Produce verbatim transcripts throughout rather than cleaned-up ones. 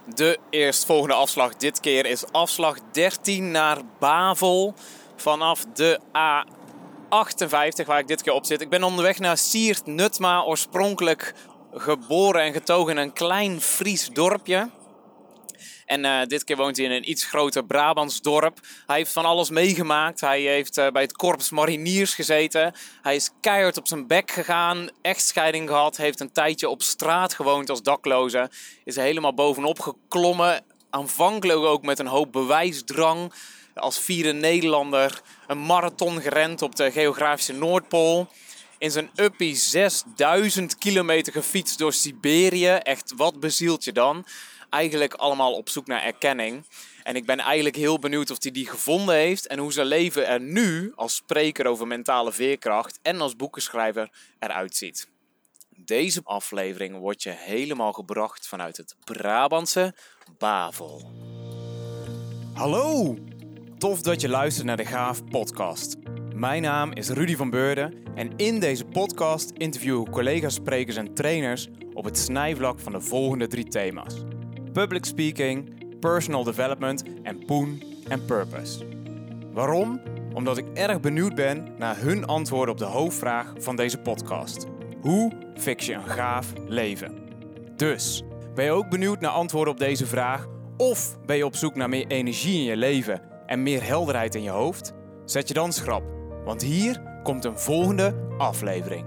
De eerstvolgende afslag dit keer is afslag dertien naar Bavel vanaf de A achtenvijftig waar ik dit keer op zit. Ik ben onderweg naar Siert Nutma, oorspronkelijk geboren en getogen in een klein Fries dorpje. En uh, dit keer woont hij in een iets groter Brabants dorp. Hij heeft van alles meegemaakt. Hij heeft uh, bij het Korps Mariniers gezeten. Hij is keihard op zijn bek gegaan. Echtscheiding gehad. Heeft een tijdje op straat gewoond als dakloze. Is er helemaal bovenop geklommen. Aanvankelijk ook met een hoop bewijsdrang. Als vierde Nederlander een marathon gerend op de geografische Noordpool. In zijn uppie zesduizend kilometer gefietst door Siberië. Echt, wat bezielt je dan? Eigenlijk allemaal op zoek naar erkenning. En ik ben eigenlijk heel benieuwd of hij die gevonden heeft. En hoe zijn leven er nu als spreker over mentale veerkracht en als boekenschrijver eruit ziet. Deze aflevering wordt je helemaal gebracht vanuit het Brabantse Bavel. Hallo! Tof dat je luistert naar de Gaaf podcast. Mijn naam is Rudy van Beurden en in deze podcast interview ik collega's, sprekers en trainers op het snijvlak van de volgende drie thema's. Public speaking, personal development en poen en purpose. Waarom? Omdat ik erg benieuwd ben naar hun antwoorden op de hoofdvraag van deze podcast. Hoe fix je een gaaf leven? Dus, ben je ook benieuwd naar antwoorden op deze vraag? Of ben je op zoek naar meer energie in je leven en meer helderheid in je hoofd? Zet je dan schrap, want hier komt een volgende aflevering.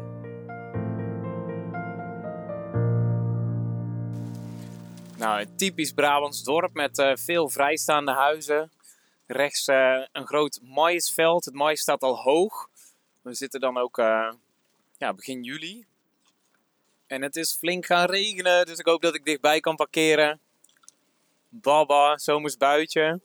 Nou, een typisch Brabants dorp met uh, veel vrijstaande huizen. Rechts uh, een groot maïsveld. Het maïs staat al hoog. We zitten dan ook uh, ja, begin juli. En het is flink gaan regenen, dus ik hoop dat ik dichtbij kan parkeren. Baba, zomers buitje.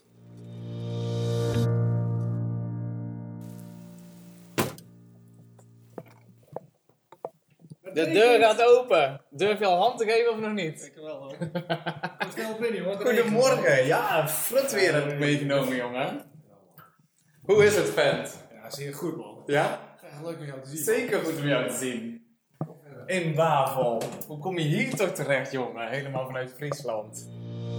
De deur gaat open. Durf je al hand te geven of nog niet? Ik wel hoor. Komt snel binnen hoor. Goedemorgen. Ja, frut weer heb ik meegenomen, jongen. Hoe is het, vent? Ja, zeer goed man. Ja? Ja, leuk om jou te zien. Zeker goed om jou te zien. In Bavel. Hoe kom je hier toch terecht, jongen? Helemaal vanuit Friesland.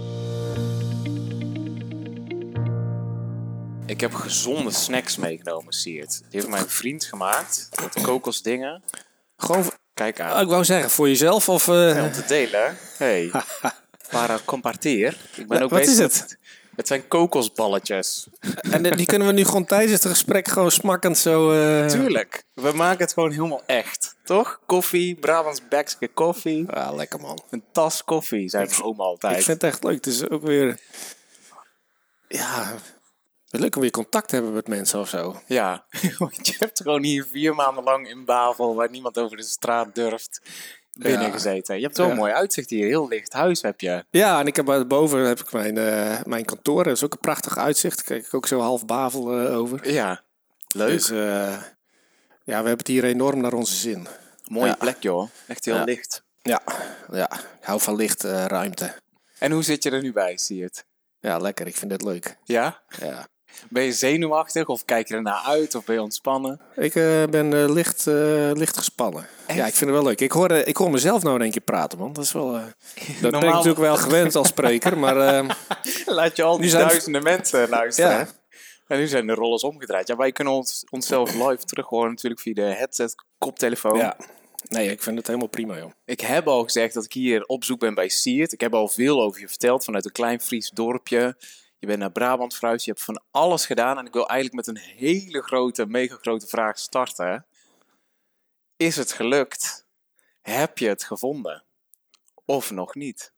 Ik heb gezonde snacks meegenomen, Siert. Die heeft mijn vriend gemaakt. Met kokosdingen. Gewoon, Kijk aan. oh, ik wou zeggen, voor jezelf of... Uh... Ja, om te delen. Hey. Para compartir. Ik ben Ja, ook wat bezig is het? met... Het zijn kokosballetjes. En die kunnen we nu gewoon tijdens het gesprek gewoon smakkend zo... Uh... Tuurlijk. We maken het gewoon helemaal echt. Toch? Koffie, Brabants Bekske koffie. Ja, lekker man. Een tas koffie, zei mijn oma altijd. Ik vind het echt leuk. Het is ook weer... Ja... Leuk om weer contact te hebben met mensen of zo. Ja, want je hebt gewoon hier vier maanden lang in Bavel, waar niemand over de straat durft, binnen Ja. gezeten. Je hebt wel een Ja. mooi uitzicht hier. Heel licht huis heb je. Ja, en ik heb boven heb ik mijn, uh, mijn kantoor. Dat is ook een prachtig uitzicht. Daar kijk ik ook zo half Bavel uh, over. Ja, leuk. Dus uh, ja, we hebben het hier enorm naar onze zin. Mooie Ja. plek, joh. Echt heel Ja. licht. Ja, ja. Ik hou van licht uh, ruimte. En hoe zit je er nu bij, zie je het? Ja, lekker. Ik vind het leuk. Ja? Ja. Ben je zenuwachtig of kijk je ernaar uit of ben je ontspannen? Ik uh, ben uh, licht, uh, licht gespannen. Echt? Ja, ik vind het wel leuk. Ik hoor, uh, ik hoor mezelf nou in één keer praten, man. Dat is wel... Uh, dat ben ik Normaal- natuurlijk wel gewend als spreker, maar... Uh, Laat je al die Nu zijn- duizenden mensen luisteren. Ja. En nu zijn de rollen omgedraaid. Ja, wij kunnen ons, onszelf live terug horen natuurlijk via de headset, koptelefoon. ja. Nee, ik vind het helemaal prima, joh. Ik heb al gezegd dat ik hier op zoek ben bij Siert. Ik heb al veel over je verteld vanuit een klein Fries dorpje. Je bent naar Brabant verhuisd, je hebt van alles gedaan. En ik wil eigenlijk met een hele grote, mega grote vraag starten. Is het gelukt? Heb je het gevonden? Of nog niet?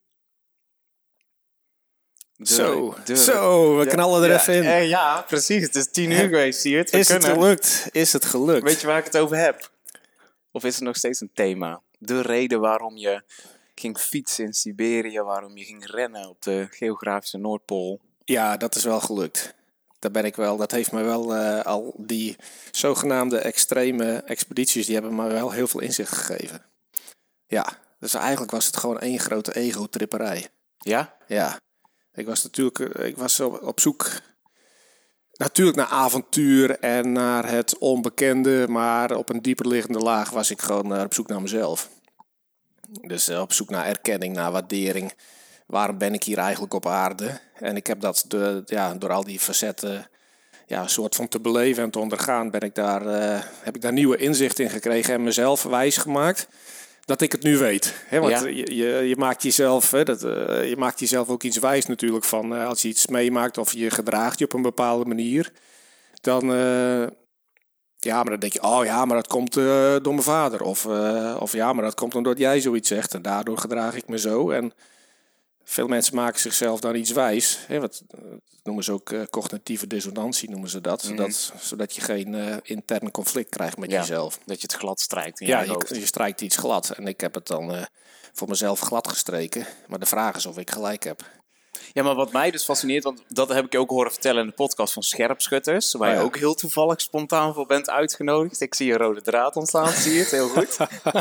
De- Zo, de- zo, we Ja, knallen er ja, even in. eh, ja, precies. Het is tien uur geweest, Siert. We Is het kunnen. gelukt? Is het gelukt? Weet je waar ik het over heb? Of is het nog steeds een thema? De reden waarom je ging fietsen in Siberië, waarom je ging rennen op de geografische Noordpool. Ja, dat is wel gelukt. Daar ben ik wel. Dat heeft me wel uh, al die zogenaamde extreme expedities, die hebben me wel heel veel inzicht gegeven. Ja, dus eigenlijk was het gewoon één grote ego-tripperij. Ja? Ja, ik was natuurlijk ik was op, op zoek natuurlijk naar avontuur en naar het onbekende, maar op een dieper liggende laag was ik gewoon uh, op zoek naar mezelf. Dus uh, op zoek naar erkenning, naar waardering. waarom ben ik hier eigenlijk op aarde? En ik heb dat de, ja, door al die facetten ja, een soort van te beleven en te ondergaan, ben ik daar, uh, heb ik daar nieuwe inzicht in gekregen en mezelf wijs gemaakt dat ik het nu weet. Hè? Want Ja. je, je, je maakt jezelf, hè, dat, uh, je maakt jezelf ook iets wijs natuurlijk van uh, als je iets meemaakt of je gedraagt je op een bepaalde manier, dan, uh, ja, maar dan denk je, oh ja, maar dat komt uh, door mijn vader. Of, uh, of ja, maar dat komt omdat jij zoiets zegt en daardoor gedraag ik me zo. En veel mensen maken zichzelf dan iets wijs. Hè, wat noemen ze ook uh, cognitieve dissonantie, noemen ze dat. Mm-hmm. Zodat, zodat je geen uh, intern conflict krijgt met Ja, jezelf. dat je het glad strijkt in Ja, je je, hoofd. je strijkt iets glad. En ik heb het dan uh, voor mezelf glad gestreken. Maar de vraag is of ik gelijk heb. Ja, maar wat mij dus fascineert, want dat heb ik je ook horen vertellen in de podcast van Scherpschutters, waar Oh, je ja. ook heel toevallig spontaan voor bent uitgenodigd. Ik zie een rode draad ontstaan, zie je het? Heel goed.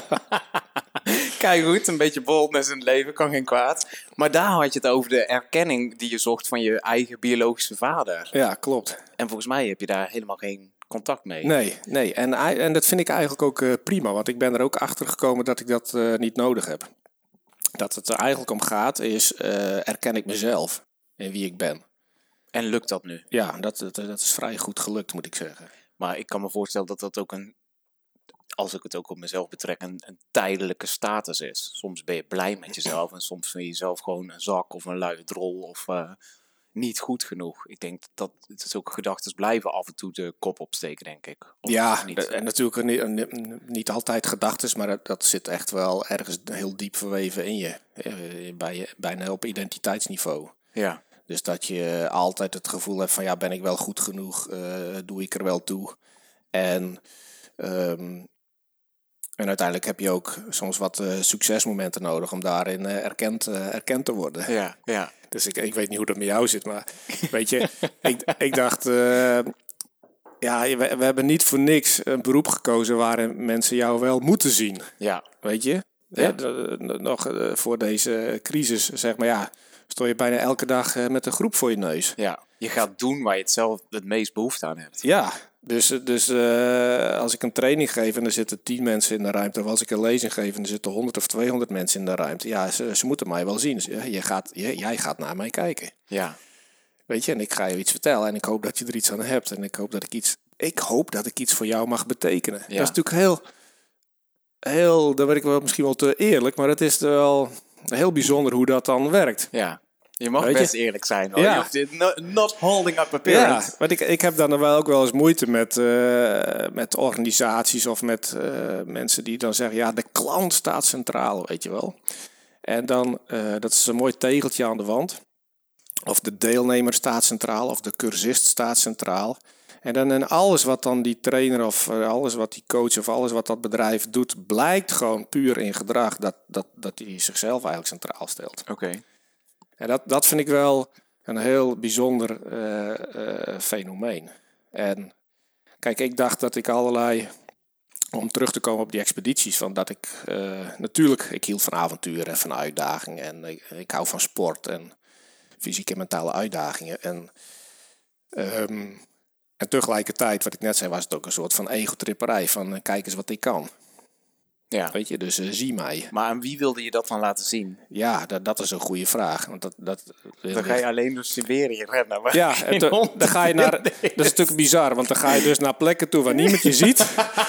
Kijk goed, een beetje boldness in het leven, kan geen kwaad. Maar daar had je het over de erkenning die je zocht van je eigen biologische vader. Ja, klopt. En volgens mij heb je daar helemaal geen contact mee. Nee, nee. En, en dat vind ik eigenlijk ook uh, prima. Want ik ben er ook achter gekomen dat ik dat uh, niet nodig heb. Dat het er eigenlijk om gaat is, uh, erken ik mezelf en wie ik ben. En lukt dat nu? Ja, dat, dat, dat is vrij goed gelukt, moet ik zeggen. Maar ik kan me voorstellen dat dat ook een, als ik het ook op mezelf betrek, een, een tijdelijke status is. Soms ben je blij met jezelf en soms vind je jezelf gewoon een zak of een luie drol of uh, niet goed genoeg. Ik denk dat het is ook gedachten blijven af en toe de kop opsteken, denk ik. Of ja, niet? en natuurlijk niet, niet altijd gedachtes, maar dat, dat zit echt wel ergens heel diep verweven in je. Bij je bijna op identiteitsniveau. Ja. Dus dat je altijd het gevoel hebt van ja, ben ik wel goed genoeg? Uh, doe ik er wel toe? En, um, en uiteindelijk heb je ook soms wat uh, succesmomenten nodig om daarin uh, erkend, uh, erkend te worden. Ja, ja. Dus ik, ik weet niet hoe dat met jou zit, maar weet je, ik, ik dacht, uh, ja, we, we hebben niet voor niks een beroep gekozen waarin mensen jou wel moeten zien. Ja. Weet je? Ja. Ja, de, de, nog uh, voor deze crisis, zeg maar ja, stond je bijna elke dag uh, met een groep voor je neus. Ja. Je gaat doen waar je het zelf het meest behoefte aan hebt. Ja, dus, dus uh, als ik een training geef en er zitten tien mensen in de ruimte, of als ik een lezing geef en er zitten honderd of tweehonderd mensen in de ruimte, ja, ze, ze moeten mij wel zien. Je gaat, je, jij gaat naar mij kijken. Ja. Weet je, en ik ga je iets vertellen en ik hoop dat je er iets aan hebt en ik hoop dat ik iets, ik hoop dat ik iets voor jou mag betekenen. Ja. Dat is natuurlijk heel, heel, dan ben ik wel misschien wel te eerlijk, maar het is wel heel bijzonder hoe dat dan werkt. Ja. Je mag Weet best je? eerlijk zijn, hoor. Ja. Je hoeft dit not, not holding up Ja, appearance. want ik, ik heb dan wel ook wel eens moeite met, uh, met organisaties of met uh, mensen die dan zeggen, ja, de klant staat centraal, weet je wel. En dan, uh, dat is een mooi tegeltje aan de wand. Of de deelnemer staat centraal, of de cursist staat centraal. En dan en alles wat dan die trainer of uh, alles wat die coach of alles wat dat bedrijf doet, blijkt gewoon puur in gedrag dat, dat, dat hij zichzelf eigenlijk centraal stelt. Oké. Okay. En dat, dat vind ik wel een heel bijzonder uh, uh, fenomeen. En kijk, ik dacht dat ik allerlei, om terug te komen op die expedities, van dat ik uh, natuurlijk, ik hield van avonturen en van uitdagingen. En ik, ik hou van sport en fysieke en mentale uitdagingen. En, um, en tegelijkertijd, wat ik net zei, was het ook een soort van egotripperij. Van uh, kijk eens wat ik kan. Ja. Weet je, dus uh, zie mij. Maar aan wie wilde je dat dan laten zien? Ja, dat, dat is een goede vraag. Want dat, dat, dan ga je alleen door Siberië rennen. Maar ja, en to, dan ga je naar. Dat is natuurlijk bizar, want dan ga je dus naar plekken toe waar niemand je ziet.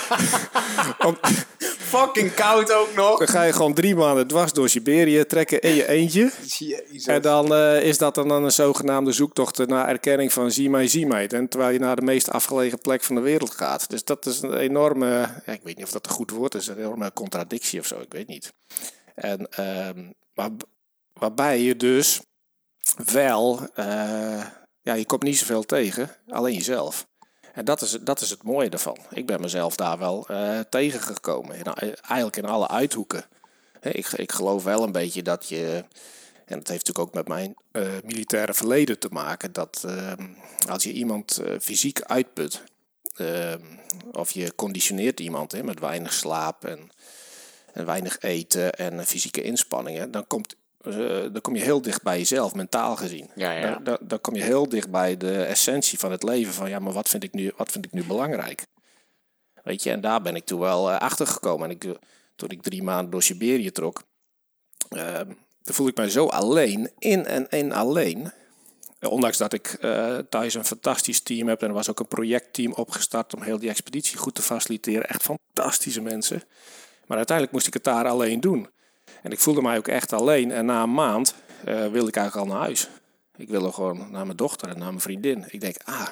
Om, fucking koud ook nog. Dan ga je gewoon drie maanden dwars door Siberië trekken in je eentje. Jezus. En dan uh, is dat dan een zogenaamde zoektocht naar erkenning van zie mij, zie mij. En terwijl je naar de meest afgelegen plek van de wereld gaat. Dus dat is een enorme, ja, ik weet niet of dat een goed woord is, een enorme contradictie of zo, ik weet niet. En um, waar, waarbij je dus wel, uh, ja, je komt niet zoveel tegen, alleen jezelf. En dat is, dat is het mooie daarvan. Ik ben mezelf daar wel uh, tegengekomen. In, eigenlijk in alle uithoeken. He, ik, ik geloof wel een beetje dat je, en dat heeft natuurlijk ook met mijn uh, militaire verleden te maken, dat uh, als je iemand uh, fysiek uitput, uh, of je conditioneert iemand he, met weinig slaap en, en weinig eten en fysieke inspanningen, dan komt Uh, dan kom je heel dicht bij jezelf, mentaal gezien. Ja, ja. Dan, dan, dan kom je heel dicht bij de essentie van het leven. Van ja, maar wat vind ik nu, wat vind ik nu belangrijk? Weet je, en daar ben ik toen wel uh, achter gekomen. En ik, toen ik drie maanden door Siberië trok, uh, dan voel ik mij zo alleen, in en in alleen. Ondanks dat ik uh, thuis een fantastisch team heb. En er was ook een projectteam opgestart om heel die expeditie goed te faciliteren. Echt fantastische mensen. Maar uiteindelijk moest ik het daar alleen doen. En ik voelde mij ook echt alleen. En na een maand uh, wilde ik eigenlijk al naar huis. Ik wilde gewoon naar mijn dochter en naar mijn vriendin. Ik denk, ah,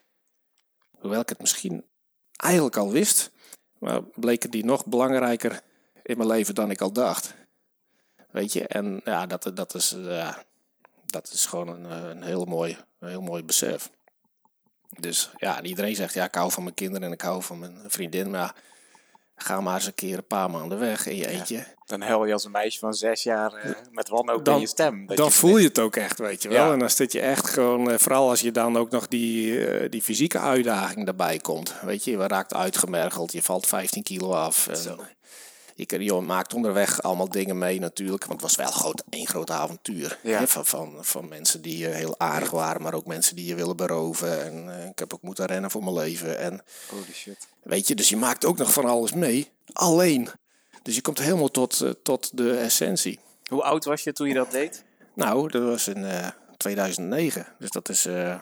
hoewel ik het misschien eigenlijk al wist, maar bleken die nog belangrijker in mijn leven dan ik al dacht. Weet je, en ja, dat, dat, is, uh, dat is gewoon een, een, heel mooi, een heel mooi besef. Dus ja, iedereen zegt, ja, ik hou van mijn kinderen en ik hou van mijn vriendin, maar ja, ga maar eens een keer een paar maanden weg in je eentje. Ja, dan huil je als een meisje van zes jaar uh, met wanhoop in je stem. Dan je voel je het ook echt, weet je wel. Ja. En dan zit je echt gewoon, uh, vooral als je dan ook nog die, uh, die fysieke uitdaging daarbij komt. Weet je, je raakt uitgemergeld, je valt vijftien kilo af. En je, je maakt onderweg allemaal dingen mee natuurlijk. Want het was wel groot, één groot avontuur. Ja. Hè, van, van, van mensen die uh, heel aardig waren, maar ook mensen die je willen beroven. En uh, ik heb ook moeten rennen voor mijn leven. En, holy shit. Weet je, dus je maakt ook nog van alles mee. Alleen. Dus je komt helemaal tot, uh, tot de essentie. Hoe oud was je toen je dat deed? Nou, dat was in uh, tweeduizend negen. Dus dat is uh,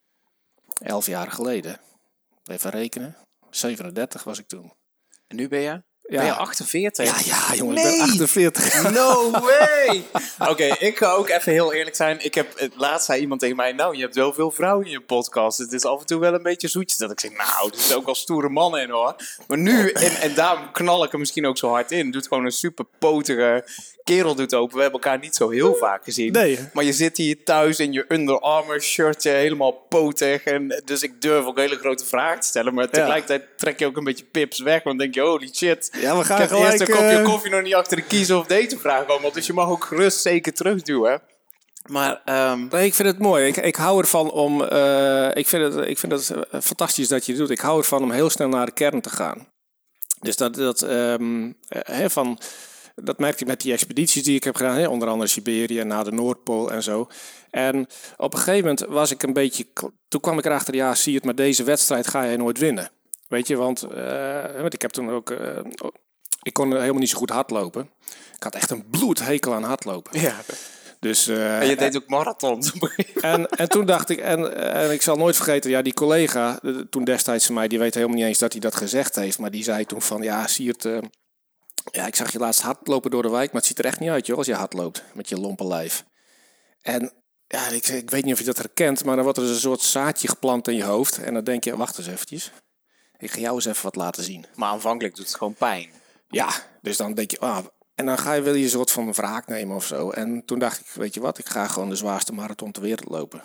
elf jaar geleden. Even rekenen. zevenendertig was ik toen. En nu ben je? Ja. Ben je achtenveertig? Ja, ja, jongen, Nee. ik ben achtenveertig. No way! Oké, okay, ik ga ook even heel eerlijk zijn. Ik heb, het laatst zei iemand tegen mij, nou, je hebt wel veel vrouwen in je podcast. Het is af en toe wel een beetje zoetjes. Dat ik zeg, nou, er zitten ook wel stoere mannen in, hoor. Maar nu, en, en daarom knal ik er misschien ook zo hard in. Doet gewoon een super potige kerel doet open. We hebben elkaar niet zo heel vaak gezien. Nee. Maar je zit hier thuis in je Under Armour shirtje, helemaal potig. En dus ik durf ook hele grote vragen te stellen. Maar tegelijkertijd trek je ook een beetje pips weg. Want dan denk je, holy shit. Ja, we gaan ik heb gelijk, eerst een kopje uh... koffie nog niet achter de kiezen of deze vraag komen. Dus je mag ook gerust zeker terugduwen. Maar, um... nee, ik vind het mooi. Ik, ik hou ervan om... Uh, ik, vind het, ik vind het fantastisch dat je het doet. Ik hou ervan om heel snel naar de kern te gaan. Dus dat... dat um, he, van... Dat merk je met die expedities die ik heb gedaan. Hè? Onder andere Siberië en naar de Noordpool en zo. En op een gegeven moment was ik een beetje... Toen kwam ik erachter, ja, zie het, maar deze wedstrijd ga je nooit winnen. Weet je, want, uh, want ik heb toen ook... Uh, ik kon helemaal niet zo goed hardlopen. Ik had echt een bloedhekel aan hardlopen. Ja. Dus, uh, en je deed ook marathons. en, en toen dacht ik... En, en ik zal nooit vergeten, ja, die collega... Toen destijds van mij, die weet helemaal niet eens dat hij dat gezegd heeft. Maar die zei toen van, ja, Siert... Uh, Ja, ik zag je laatst hardlopen door de wijk, maar het ziet er echt niet uit, joh, als je hardloopt met je lompe lijf. En ja, ik, ik weet niet of je dat herkent, maar dan wordt er dus een soort zaadje geplant in je hoofd. En dan denk je, wacht eens eventjes, ik ga jou eens even wat laten zien. Maar aanvankelijk doet het gewoon pijn. Ja, dus dan denk je, ah, en dan ga je wil je een soort van wraak nemen of zo. En toen dacht ik, weet je wat, ik ga gewoon de zwaarste marathon ter wereld lopen.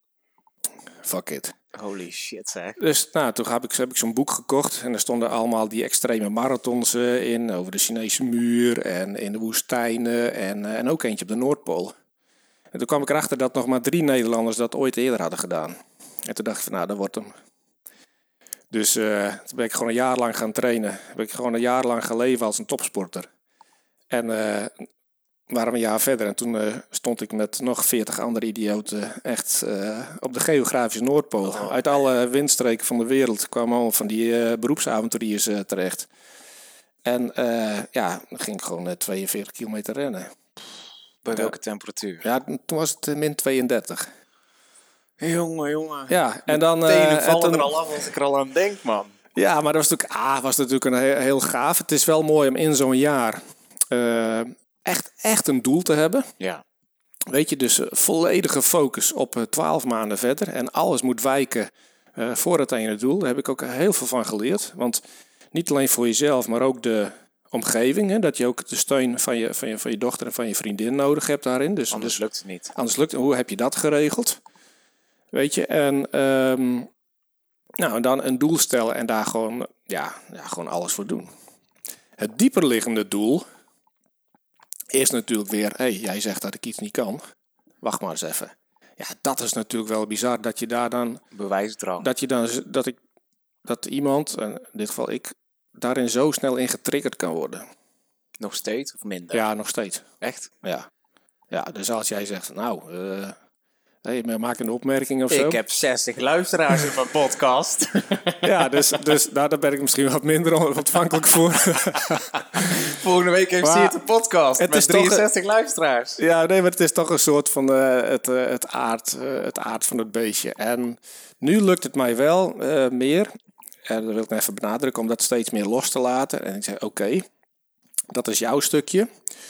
Fuck it. Holy shit, zeg. Dus nou, toen heb ik, heb ik zo'n boek gekocht. En er stonden allemaal die extreme marathons uh, in. Over de Chinese muur en in de woestijnen. En, uh, en ook eentje op de Noordpool. En toen kwam ik erachter dat nog maar drie Nederlanders dat ooit eerder hadden gedaan. En toen dacht ik van, nou, dat wordt hem. Dus uh, toen ben ik gewoon een jaar lang gaan trainen. Toen ben ik gewoon een jaar lang gaan leven als een topsporter. En... Uh, waren we een jaar verder en toen uh, stond ik met nog veertig andere idioten echt uh, op de geografische Noordpool. Oh, Uit alle windstreken van de wereld kwamen al van die uh, beroepsavonturiers uh, terecht. En uh, ja, dan ging ik gewoon uh, tweeënveertig kilometer rennen. Bij welke temperatuur? Ja, toen was het uh, min tweeëndertig. Jongen, jongen. Ja, en dan... Tenen uh, vallen toen, er al af als ik er al aan denk, man. Ja, maar dat was natuurlijk, ah, was natuurlijk een heel, heel gaaf. Het is wel mooi om in zo'n jaar... Uh, Echt, echt een doel te hebben. Ja. Weet je, dus uh, volledige focus op uh, twaalf maanden verder. En alles moet wijken uh, voor het ene doel. Daar heb ik ook heel veel van geleerd. Want niet alleen voor jezelf, maar ook de omgeving. Hè, dat je ook de steun van je, van, je, van je dochter en van je vriendin nodig hebt daarin. Dus, anders dus, lukt het niet. Anders lukt het. Hoe heb je dat geregeld? Weet je, en um, nou, dan een doel stellen en daar gewoon, ja, ja, gewoon alles voor doen. Het dieperliggende doel... is natuurlijk weer, hé, hey, jij zegt dat ik iets niet kan. Wacht maar eens even. Ja, dat is natuurlijk wel bizar dat je daar dan... Bewijsdrang. Dat je dan, dat ik, dat iemand, in dit geval ik, daarin zo snel in getriggerd kan worden. Nog steeds of minder? Ja, nog steeds. Echt? Ja. Ja, dus als jij zegt, nou, uh, hey, maak een opmerking of zo. Ik heb zestig luisteraars in mijn podcast. Ja, dus, dus nou, daar ben ik misschien wat minder ontvankelijk voor. Volgende week heeft Maar Siert een podcast het met is toch drieënzestig luisteraars. Ja, nee, maar het is toch een soort van eh, het, eh, het, aard, eh, het aard van het beestje. En nu lukt het mij wel eh, meer. En dat wil ik even benadrukken om dat steeds meer los te laten. En ik zeg, oké, dat is jouw stukje.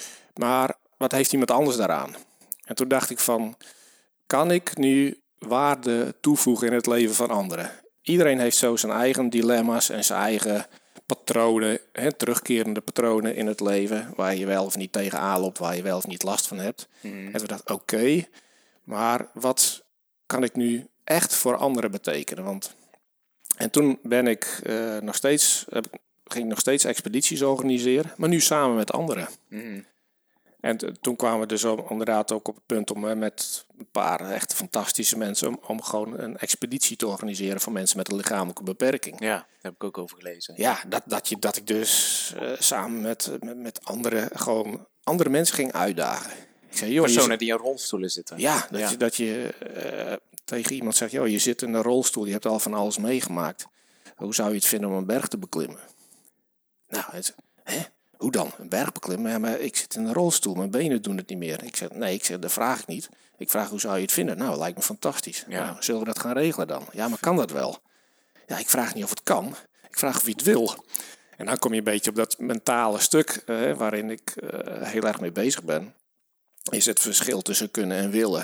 Maar wat heeft iemand anders daaraan? En toen dacht ik van, kan ik nu waarde toevoegen in het leven van anderen? Iedereen heeft zo zijn eigen dilemma's en zijn eigen patronen, hè, terugkerende patronen in het leven, waar je wel of niet tegenaan loopt, waar je wel of niet last van hebt. Mm. En we dachten, oké, okay, maar wat kan ik nu echt voor anderen betekenen? Want, en toen ben ik uh, nog steeds, uh, ging ik nog steeds expedities organiseren, maar nu samen met anderen. Mm. En t- toen kwamen we dus om, inderdaad ook op het punt om uh, met een paar echt fantastische mensen om, om gewoon een expeditie te organiseren voor mensen met een lichamelijke beperking. Ja, daar heb ik ook over gelezen. Ja, dat, dat, je, dat ik dus uh, samen met, met, met anderen gewoon andere mensen ging uitdagen. Ik zei, joh, personen zit, die in rolstoelen zitten. Ja, dat ja. je, dat je uh, tegen iemand zegt, joh, je zit in een rolstoel, je hebt al van alles meegemaakt. Hoe zou je het vinden om een berg te beklimmen? Nou, het, hè? Hoe dan? Een berg beklimmen? Ja, maar ik zit in een rolstoel, mijn benen doen het niet meer. Ik zeg, nee, ik zeg, dat vraag ik niet. Ik vraag, hoe zou je het vinden? Nou, lijkt me fantastisch. Ja. Nou, zullen we dat gaan regelen dan? Ja, maar kan dat wel? Ja, ik vraag niet of het kan. Ik vraag of je het wil. En dan kom je een beetje op dat mentale stuk eh, waarin ik uh, heel erg mee bezig ben. Is het verschil tussen kunnen en willen.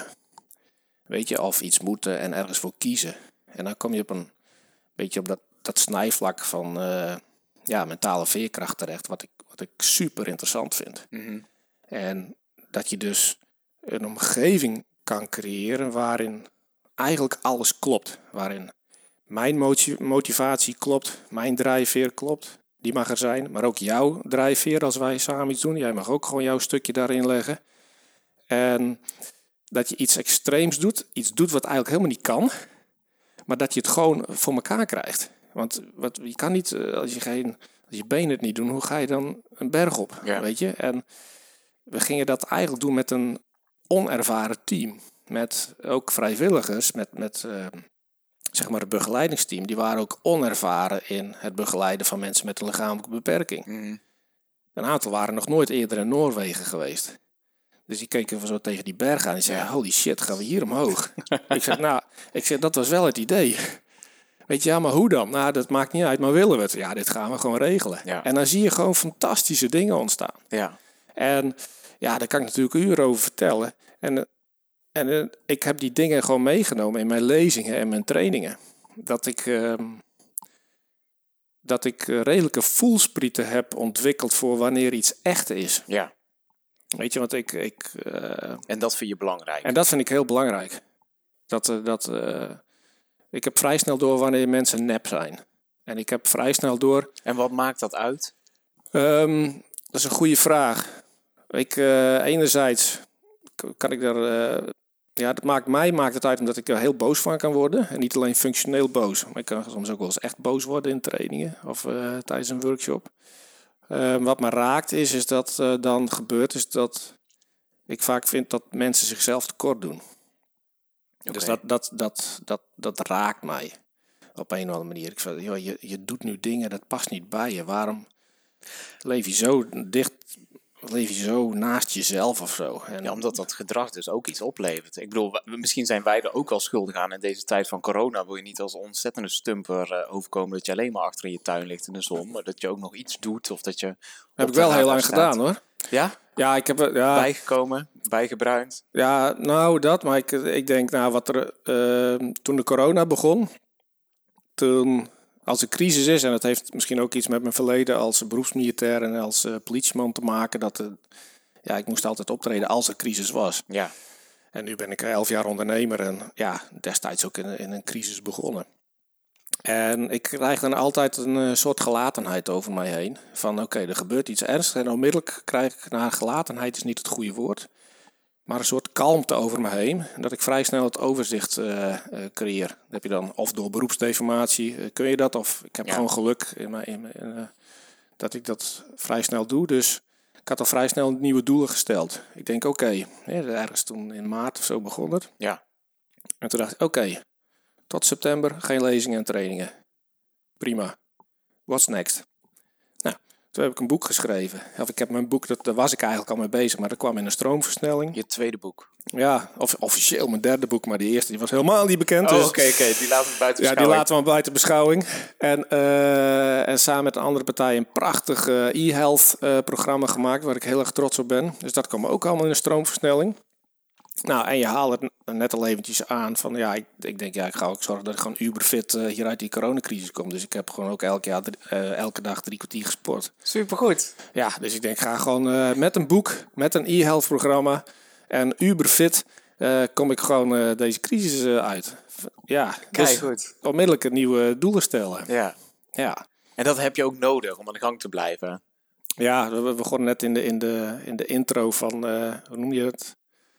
Weet je, of iets moeten en ergens voor kiezen. En dan kom je op een beetje op dat, dat snijvlak van uh, ja, mentale veerkracht terecht, wat ik Wat ik super interessant vind. Mm-hmm. En dat je dus een omgeving kan creëren waarin eigenlijk alles klopt. Waarin mijn motivatie klopt, mijn drijfveer klopt. Die mag er zijn, maar ook jouw drijfveer als wij samen iets doen. Jij mag ook gewoon jouw stukje daarin leggen. En dat je iets extreems doet. Iets doet wat eigenlijk helemaal niet kan. Maar dat je het gewoon voor elkaar krijgt. Want wat, je kan niet, als je geen... Als je benen het niet doen, hoe ga je dan een berg op, ja. weet je? En we gingen dat eigenlijk doen met een onervaren team. Met ook vrijwilligers, met, met uh, zeg maar het begeleidingsteam. Die waren ook onervaren in het begeleiden van mensen met een lichamelijke beperking. Mm. Een aantal waren nog nooit eerder in Noorwegen geweest. Dus die keken zo tegen die berg aan en zeiden, ja. holy shit, gaan we hier omhoog? ik zeg, nou, ik zeg, dat was wel het idee. Weet je, ja, maar hoe dan? Nou, dat maakt niet uit, maar willen we het? Ja, dit gaan we gewoon regelen. Ja. En dan zie je gewoon fantastische dingen ontstaan. Ja. En ja, daar kan ik natuurlijk uren over vertellen. En, en ik heb die dingen gewoon meegenomen in mijn lezingen en mijn trainingen. Dat ik, uh, dat ik redelijke voelsprieten heb ontwikkeld voor wanneer iets echt is. Ja. Weet je, want ik... ik uh, en dat vind je belangrijk? En dat vind ik heel belangrijk. Dat... Uh, dat uh, Ik heb vrij snel door wanneer mensen nep zijn. En ik heb vrij snel door... En wat maakt dat uit? Um, dat is een goede vraag. Ik, uh, enerzijds kan ik daar... Uh, ja, dat maakt mij maakt het uit omdat ik er heel boos van kan worden. En niet alleen functioneel boos. Maar ik kan soms ook wel eens echt boos worden in trainingen. Of uh, tijdens een workshop. Uh, wat me raakt is, is dat uh, dan gebeurt is dat... Ik vaak vind dat mensen zichzelf tekort doen. Okay. Dus dat, dat, dat, dat, dat raakt mij op een of andere manier. Ik zeg, joh, je, je doet nu dingen, dat past niet bij je. Waarom leef je zo dicht, leef je zo naast jezelf of zo? En ja, omdat dat gedrag dus ook iets oplevert. Ik bedoel, misschien zijn wij er ook wel schuldig aan in deze tijd van corona. Wil je niet als ontzettende stumper uh, overkomen dat je alleen maar achter in je tuin ligt in de zon. Maar dat je ook nog iets doet of dat je... Heb ik wel heel lang staat. gedaan hoor. Ja? Ja, ik heb... Ja, bijgekomen, bijgebruind. Ja, nou dat, maar ik, ik denk, nou wat er... Uh, toen de corona begon, toen... Als er crisis is, en dat heeft misschien ook iets met mijn verleden als beroepsmilitair en als uh, politieman te maken, dat uh, ja, ik moest altijd optreden als er crisis was. Ja. En nu ben ik elf jaar ondernemer en ja, destijds ook in, in een crisis begonnen. En ik krijg dan altijd een uh, soort gelatenheid over mij heen. Van oké, okay, er gebeurt iets ernstigs en onmiddellijk krijg ik, nou gelatenheid is niet het goede woord, maar een soort kalmte over me heen. Dat ik vrij snel het overzicht uh, uh, creëer. Dat heb je dan of door beroepsdeformatie, uh, kun je dat? Of ik heb ja. gewoon geluk in mijn, in mijn, uh, dat ik dat vrij snel doe. Dus ik had al vrij snel nieuwe doelen gesteld. Ik denk oké, okay, ergens toen in maart of zo begon het. Ja. En toen dacht ik oké, okay, tot september geen lezingen en trainingen. Prima. What's next? Nou, Toen heb ik een boek geschreven. Of ik heb mijn boek, dat, daar was ik eigenlijk al mee bezig, maar dat kwam in een stroomversnelling. Je tweede boek. Ja, of, officieel mijn derde boek, maar die eerste die was helemaal niet bekend. Oh, dus, oké, oké. Die laten we buiten ja, die beschouwing. laten we buiten beschouwing. En, uh, en samen met een andere partij een prachtig uh, e-health uh, programma gemaakt, waar ik heel erg trots op ben. Dus dat kwam ook allemaal in een stroomversnelling. Nou, en je haalt het net al eventjes aan van, ja, ik, ik denk, ja, ik ga ook zorgen dat ik gewoon uberfit uh, hier uit die coronacrisis kom. Dus ik heb gewoon ook elke, jaar, uh, elke dag drie kwartier gesport. Supergoed. Ja, dus ik denk, ik ga gewoon uh, met een boek, met een e-health programma en uberfit, uh, kom ik gewoon uh, deze crisis uh, uit. Ja, Kijk, dus goed. onmiddellijk een nieuwe doelen stellen. Ja. Ja. En dat heb je ook nodig om aan de gang te blijven. Ja, we begonnen net in de, in de, in de intro van, uh, hoe noem je het?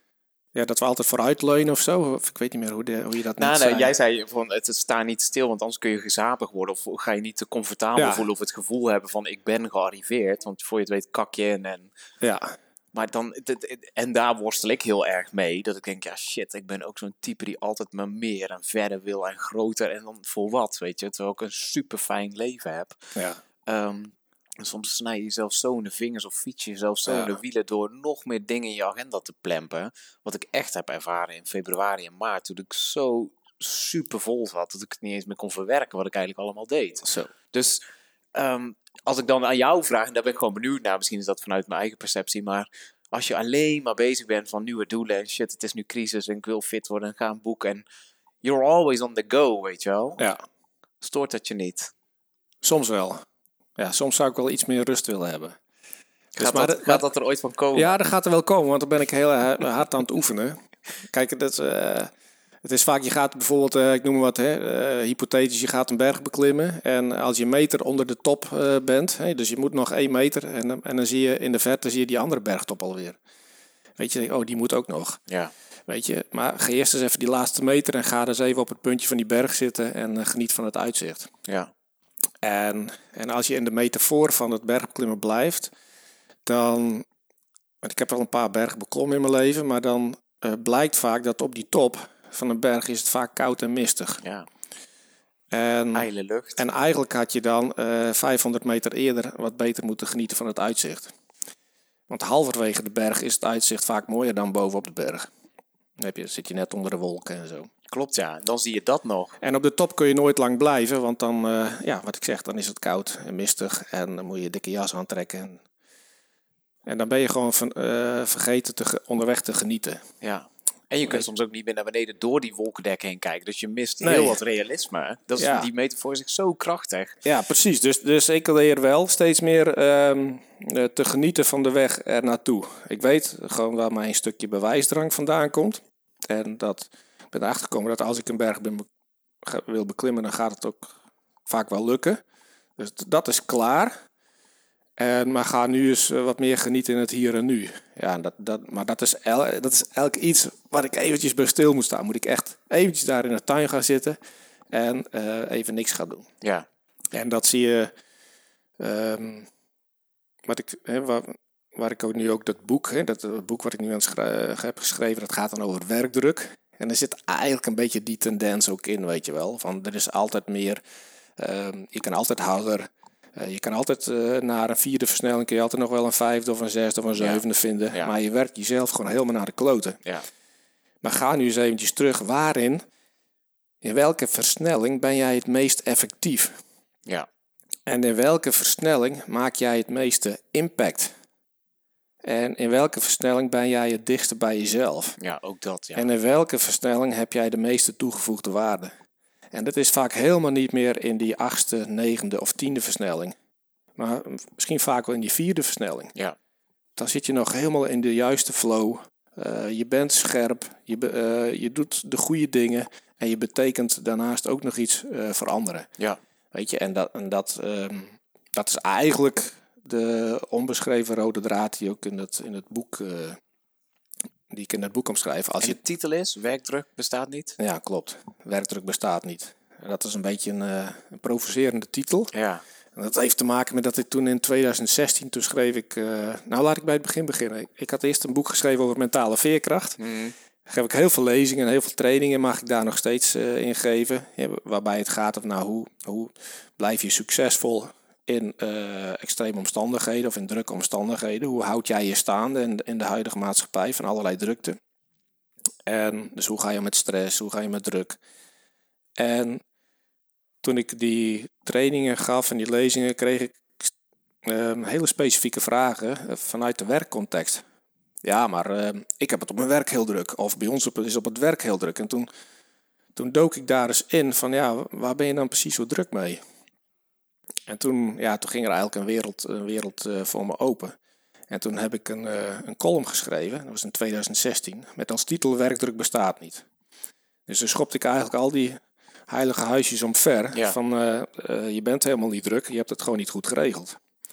Ja, dat we altijd vooruitleunen of zo. Of ik weet niet meer hoe, de, hoe je dat nou, net nee, zei. jij zei van het sta niet stil, want anders kun je gezapig worden. Of ga je niet te comfortabel Ja. voelen of het gevoel hebben van ik ben gearriveerd. Want voor je het weet kak je in. En... Ja. Maar dan, en daar worstel ik heel erg mee. Dat ik denk, ja shit, ik ben ook zo'n type die altijd maar meer en verder wil en groter. En dan voor wat, weet je. Terwijl ik een super fijn leven heb. Ja. Um, En soms snij je jezelf zo in de vingers of fiets je jezelf zo Ja. in de wielen door nog meer dingen in je agenda te plempen. Wat ik echt heb ervaren in februari en maart. Toen ik zo super vol zat dat ik het niet eens meer kon verwerken wat ik eigenlijk allemaal deed. Zo. Dus um, als ik dan aan jou vraag, en daar ben ik gewoon benieuwd naar. Misschien is dat vanuit mijn eigen perceptie. Maar als je alleen maar bezig bent van nieuwe doelen en shit, het is nu crisis en ik wil fit worden en ga een boek. En you're always on the go, weet je wel. Ja. Stoort dat je niet? Soms wel. Ja, soms zou ik wel iets meer rust willen hebben. Dus Gaat, maar dat, de- gaat dat er ooit van komen? Ja, dat gaat er wel komen, want dan ben ik heel uh, hard aan het oefenen. Kijk, dat, uh, het is vaak, je gaat bijvoorbeeld, uh, ik noem maar wat, hè, uh, hypothetisch, je gaat een berg beklimmen. En als je een meter onder de top uh, bent, hè, dus je moet nog één meter. En, dan- en dan zie je in de verte zie je die andere bergtop alweer. Weet je, oh, die moet ook nog. Ja. Weet je, maar ga eerst eens even die laatste meter en ga dus even op het puntje van die berg zitten en uh, geniet van het uitzicht. Ja. En, en als je in de metafoor van het bergbeklimmen blijft, dan... Want ik heb al een paar bergen beklommen in mijn leven, maar dan uh, blijkt vaak dat op die top van een berg is het vaak koud en mistig. Ja. En, Ijle lucht. en eigenlijk had je dan uh, vijfhonderd meter eerder wat beter moeten genieten van het uitzicht. Want halverwege de berg is het uitzicht vaak mooier dan bovenop de berg. Dan heb je, zit je net onder de wolken en zo. Klopt, ja. Dan zie je dat nog. En op de top kun je nooit lang blijven, want dan, uh, ja, wat ik zeg, dan is het koud en mistig en dan moet je dikke jas aantrekken. En, en dan ben je gewoon van, uh, vergeten te ge- onderweg te genieten. Ja. En je kunt soms ook niet meer naar beneden door die wolkendek heen kijken. Dus je mist Nee. heel wat realisme. hè. Dat is, Ja. Die metafoor is echt zo krachtig. Ja, precies. Dus, dus ik leer wel steeds meer um, uh, te genieten van de weg er naartoe. Ik weet gewoon waar mijn stukje bewijsdrang vandaan komt. En dat ik ben erachter gekomen dat als ik een berg ben be- ga- wil beklimmen, dan gaat het ook vaak wel lukken. Dus t- dat is klaar. En, maar ga nu eens uh, wat meer genieten in het hier en nu. Ja, dat, dat, maar dat is, el, dat is elk iets waar ik eventjes bij stil moet staan. Moet ik echt eventjes daar in de tuin gaan zitten en uh, even niks gaan doen. Ja. En dat zie je, um, wat ik, hè, waar, waar ik ook nu ook dat boek, hè, dat uh, boek wat ik nu aan het schri- heb geschreven, dat gaat dan over werkdruk. En er zit eigenlijk een beetje die tendens ook in, weet je wel. Van er is altijd meer, um, je kan altijd harder, uh, je kan altijd uh, naar een vierde versnelling, kun je altijd nog wel een vijfde of een zesde of een Ja. zevende vinden. Ja. Maar je werkt jezelf gewoon helemaal naar de kloten. Ja. Maar ga nu eens eventjes terug, waarin, in welke versnelling ben jij het meest effectief? Ja. En in welke versnelling maak jij het meeste impact? En in welke versnelling ben jij het dichtste bij jezelf? Ja, ook dat. Ja. En in welke versnelling heb jij de meeste toegevoegde waarde? En dat is vaak helemaal niet meer in die achtste, negende of tiende versnelling. Maar misschien vaak wel in die vierde versnelling. Ja. Dan zit je nog helemaal in de juiste flow. Uh, je bent scherp, je, be- uh, je doet de goede dingen en je betekent daarnaast ook nog iets uh, veranderen. Ja. Weet je, en dat, en dat, um, dat is eigenlijk de onbeschreven rode draad die ook in het, in het boek, uh, die ik in het boek omschrijf. Als En je, de titel is, werkdruk bestaat niet? ja, klopt. Werkdruk bestaat niet. En dat is een beetje een, uh, een provocerende titel. Ja. En dat heeft te maken met dat ik toen in twintig zestien, toen schreef ik, uh, nou laat ik bij het begin beginnen. Ik, ik had eerst een boek geschreven over mentale veerkracht. Mm. Geef ik heel veel lezingen en heel veel trainingen mag ik daar nog steeds uh, in geven. Ja, waarbij het gaat om nou, hoe, hoe blijf je succesvol in uh, extreme omstandigheden of in drukke omstandigheden. Hoe houd jij je staande in, in de huidige maatschappij van allerlei drukte? En dus hoe ga je met stress, hoe ga je met druk? En toen ik die trainingen gaf en die lezingen, kreeg ik uh, hele specifieke vragen vanuit de werkcontext. Ja, maar uh, ik heb het op mijn werk heel druk. Of bij ons op, is op het werk heel druk. En toen, toen dook ik daar eens in van, ja, waar ben je dan precies zo druk mee? En toen, ja, toen ging er eigenlijk een wereld, een wereld uh, voor me open. En toen heb ik een, uh, een column geschreven, dat was in twintig zestien, met als titel Werkdruk bestaat niet. Dus toen schopte ik eigenlijk al die heilige huisjes omver. Ja. Van, uh, uh, je bent helemaal niet druk, je hebt het gewoon niet goed geregeld.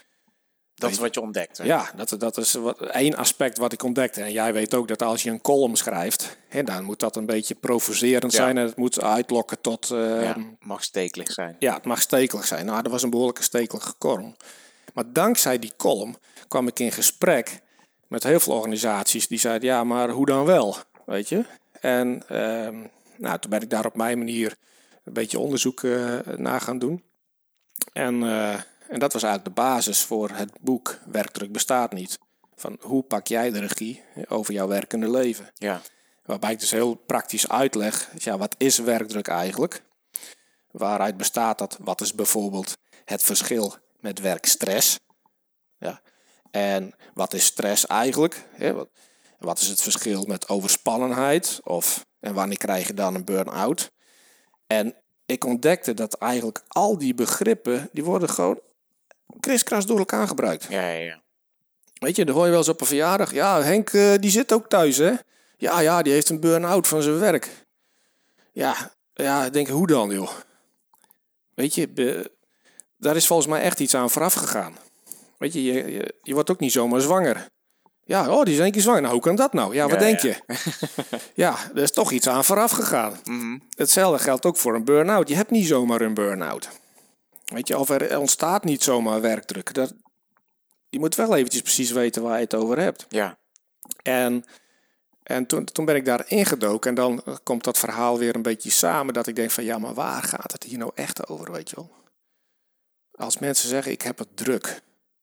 Dat is wat je ontdekt. Hè? Ja, dat, dat is wat, één aspect wat ik ontdekte. En jij weet ook dat als je een column schrijft, hè, dan moet dat een beetje provocerend ja. zijn. En het moet uitlokken tot... Uh, ja, het mag stekelig zijn. Ja, het mag stekelig zijn. Nou, dat was een behoorlijke stekelige column. Maar dankzij die column kwam ik in gesprek met heel veel organisaties die zeiden, ja, maar hoe dan wel? Weet je? En uh, nou, toen ben ik daar op mijn manier een beetje onderzoek uh, naar gaan doen. En... Uh, En dat was eigenlijk de basis voor het boek Werkdruk bestaat niet. Van hoe pak jij de regie over jouw werkende leven? Ja. Waarbij ik dus heel praktisch uitleg, ja, wat is werkdruk eigenlijk? Waaruit bestaat dat? Wat is bijvoorbeeld het verschil met werkstress? Ja. En wat is stress eigenlijk? Wat, wat is het verschil met overspannenheid? Of, en wanneer krijg je dan een burn-out? En ik ontdekte dat eigenlijk al die begrippen, die worden gewoon kriskras door elkaar gebruikt. Ja, ja, ja. Weet je, dan hoor je wel eens op een verjaardag. Ja, Henk, uh, die zit ook thuis, hè? Ja, ja, die heeft een burn-out van zijn werk. Ja, ja, ik denk, hoe dan, joh? Weet je, be, daar is volgens mij echt iets aan vooraf gegaan. Weet je, je, je, je wordt ook niet zomaar zwanger. Ja, oh, die is een keer zwanger. Nou, hoe kan dat nou? Ja, wat ja, denk ja. je? Ja, er is toch iets aan vooraf gegaan. Mm-hmm. Hetzelfde geldt ook voor een burn-out. Je hebt niet zomaar een burn-out. Weet je, of er ontstaat niet zomaar werkdruk. Dat, je moet wel eventjes precies weten waar je het over hebt. Ja. En, en toen, toen ben ik daar ingedoken. En dan komt dat verhaal weer een beetje samen. Dat ik denk van, ja, maar waar gaat het hier nou echt over, weet je wel? Als mensen zeggen, ik heb het druk.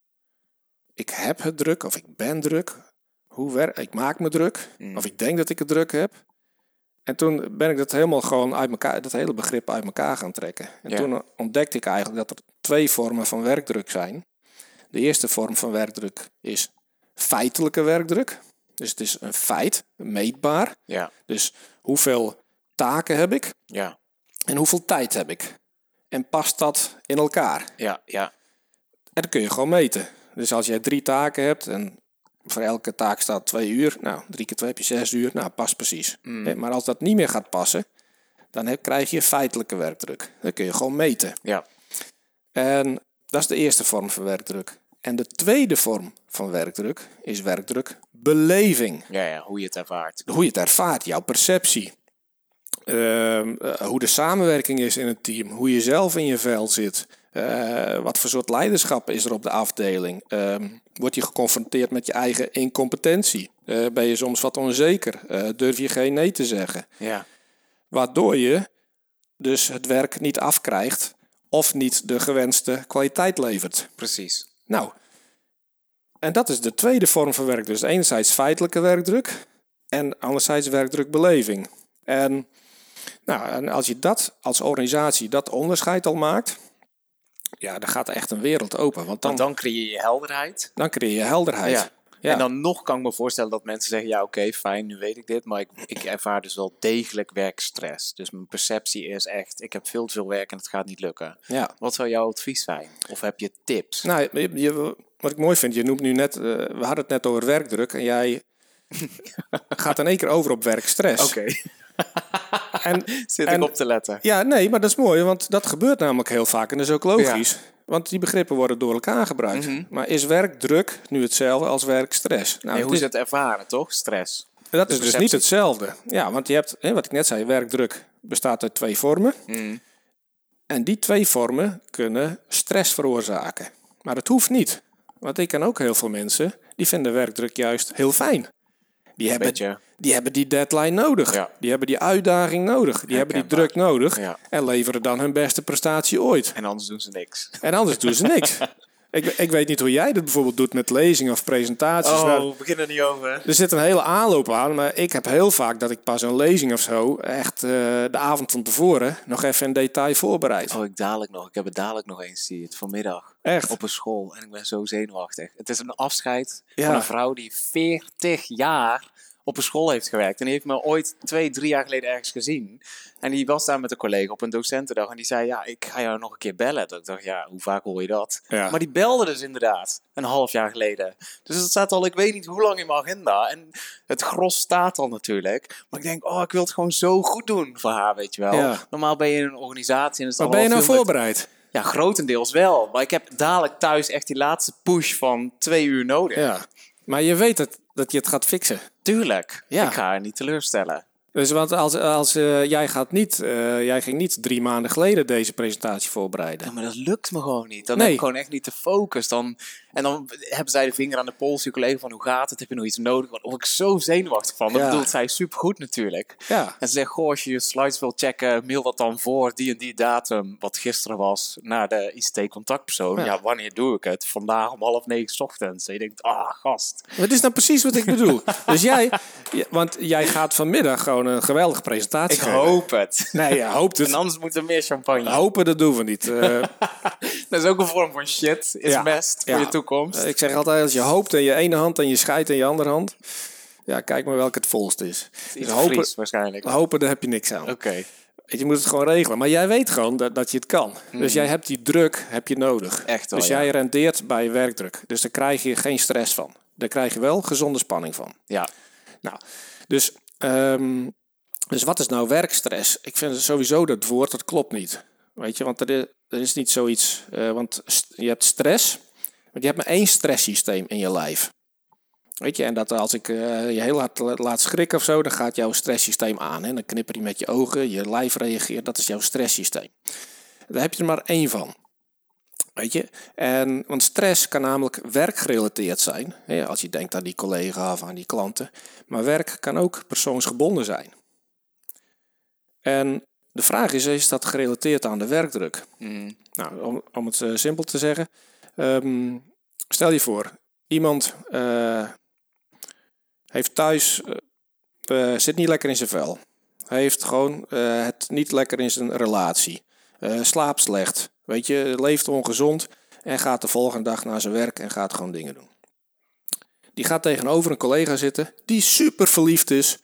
Ik heb het druk of ik ben druk. Hoe werk ik? maak me druk. Mm. Of ik denk dat ik het druk heb. En toen ben ik dat helemaal gewoon uit elkaar, dat hele begrip uit elkaar gaan trekken. En ja. toen ontdekte ik eigenlijk dat er twee vormen van werkdruk zijn. De eerste vorm van werkdruk is feitelijke werkdruk. Dus het is een feit, meetbaar. Ja. Dus hoeveel taken heb ik? Ja. En hoeveel tijd heb ik? En past dat in elkaar? Ja, ja. En dat kun je gewoon meten. Dus als jij drie taken hebt en voor elke taak staat twee uur, nou, drie keer twee heb je zes uur, nou, past precies. Mm. Maar als dat niet meer gaat passen, dan heb, krijg je feitelijke werkdruk. Dat kun je gewoon meten. Ja. En dat is de eerste vorm van werkdruk. En de tweede vorm van werkdruk is werkdrukbeleving. Ja, ja, hoe je het ervaart. Hoe je het ervaart, jouw perceptie. Uh, uh, hoe de samenwerking is in het team, hoe je zelf in je vel zit. Uh, wat voor soort leiderschap is er op de afdeling? Uh, word je geconfronteerd met je eigen incompetentie? Uh, ben je soms wat onzeker? Uh, durf je geen nee te zeggen? Ja. Waardoor je dus het werk niet afkrijgt of niet de gewenste kwaliteit levert. Precies. Nou, en dat is de tweede vorm van werk. Dus enerzijds feitelijke werkdruk en anderzijds werkdrukbeleving. En, nou, en als je dat als organisatie, dat onderscheid al maakt, ja, dan gaat er echt een wereld open. Want dan, want dan creëer je helderheid. Dan creëer je helderheid. Ja. Ja. En dan nog kan ik me voorstellen dat mensen zeggen, ja oké, okay, fijn, nu weet ik dit. Maar ik, ik ervaar dus wel degelijk werkstress. Dus mijn perceptie is echt, ik heb veel te veel werk en het gaat niet lukken. Ja. Wat zou jouw advies zijn? Of heb je tips? Nou, je, je, wat ik mooi vind, je noemt nu net, uh, we hadden het net over werkdruk. En jij gaat in één keer over op werkstress. Oké. Okay. En, Zit en, ik op te letten. Ja, nee, maar dat is mooi, want dat gebeurt namelijk heel vaak. En dat is ook logisch. Ja. Want die begrippen worden door elkaar gebruikt. Mm-hmm. Maar is werkdruk nu hetzelfde als werkstress? Nou, nee, hoe is het ervaren, toch? Stress. Dat is dus niet hetzelfde. Ja, want je hebt, hè, wat ik net zei, werkdruk bestaat uit twee vormen. Mm. En die twee vormen kunnen stress veroorzaken. Maar dat hoeft niet. Want ik ken ook heel veel mensen, die vinden werkdruk juist heel fijn. Die hebben, die hebben die deadline nodig. Ja. Die hebben die uitdaging nodig. Die hebben die Herkenbaar. druk nodig. Ja. En leveren dan hun beste prestatie ooit. En anders doen ze niks. En anders doen ze niks. ik, ik weet niet hoe jij dat bijvoorbeeld doet met lezingen of presentaties. Oh, Nou, begin er niet over. er zit een hele aanloop aan, maar ik heb heel vaak dat ik pas een lezing of zo echt uh, de avond van tevoren nog even in detail voorbereid. Oh, ik dadelijk nog. Ik heb het dadelijk nog eens zie het vanmiddag. Echt? Op een school. En ik ben zo zenuwachtig. Het is een afscheid Ja. van een vrouw die veertig jaar op een school heeft gewerkt. En die heeft me ooit twee, drie jaar geleden ergens gezien. En die was daar met een collega op een docentendag. En die zei, ja, ik ga jou nog een keer bellen. Dat ik dacht, ja, hoe vaak hoor je dat? Ja. Maar die belde dus inderdaad. Een half jaar geleden. Dus dat staat al, ik weet niet hoe lang in mijn agenda. En het gros staat al natuurlijk. Maar ik denk, oh, ik wil het gewoon zo goed doen voor haar, weet je wel. Ja. Normaal ben je in een organisatie. En is het Maar al ben je wel nou veel met- voorbereid? Ja, grotendeels wel. Maar ik heb dadelijk thuis echt die laatste push van twee uur nodig. Ja. Maar je weet dat, dat je het gaat fixen. Tuurlijk. Ja. Ik ga haar niet teleurstellen. Dus want als, als uh, jij gaat niet, uh, jij ging niet drie maanden geleden deze presentatie voorbereiden. Ja, maar dat lukt me gewoon niet. Dan Nee. heb ik gewoon echt niet de focus. Dan, en dan hebben zij de vinger aan de pols, je collega, van hoe gaat het? Heb je nog iets nodig? Want word ik zo zenuwachtig van. Dat Ja. bedoelt zij supergoed natuurlijk. Ja. En ze zegt, goh, als je je slides wil checken, mail dat dan voor die en die datum, wat gisteren was, naar de I C T-contactpersoon. Ja. Ja. wanneer doe ik het? Vandaag om half negen 's ochtends. En je denkt, ah, gast. Maar het is nou precies wat ik bedoel. Dus jij, ja, want jij gaat vanmiddag gewoon een geweldige presentatie Ik geven. hoop het. Nee, je hoopt het. En anders moet er meer champagne. Hopen, dat doen we niet. Uh, Dat is ook een vorm van shit. Is Ja. best voor Ja. je toekomst. ik zeg altijd, als je hoopt in je ene hand en je scheidt in je andere hand. Ja, kijk maar welke het volst is. Iets Dus hopen, Fries waarschijnlijk. Oké. hopen, daar heb je niks aan. Je moet het gewoon regelen. Maar jij weet gewoon dat, dat je het kan. Dus jij hebt die druk heb je nodig. Echt wel, dus ja. jij rendeert bij werkdruk. Dus daar krijg je geen stress van. Daar krijg je wel gezonde spanning van. Ja. Nou, dus, um, dus wat is nou werkstress? Ik vind sowieso dat woord, dat klopt niet. Weet je, want er is, er is niet zoiets... Uh, want st- je hebt stress, maar je hebt maar één stresssysteem in je lijf. Weet je, en dat als ik uh, je heel hard laat schrikken of zo, dan gaat jouw stresssysteem aan. Hè? Dan knipper je met je ogen, je lijf reageert, dat is jouw stresssysteem. Daar heb je er maar één van. Weet je, en, want stress kan namelijk werkgerelateerd zijn. Hè? Als je denkt aan die collega of aan die klanten. Maar werk kan ook persoonsgebonden zijn. En de vraag is, is dat gerelateerd aan de werkdruk? Mm. Nou, om, om het uh, simpel te zeggen. Um, stel je voor, iemand... Uh, heeft thuis, uh, zit niet lekker in zijn vel. Hij heeft gewoon uh, het niet lekker in zijn relatie. Uh, slaapt slecht. Weet je, leeft ongezond. En gaat de volgende dag naar zijn werk en gaat gewoon dingen doen. Die gaat tegenover een collega zitten die super verliefd is.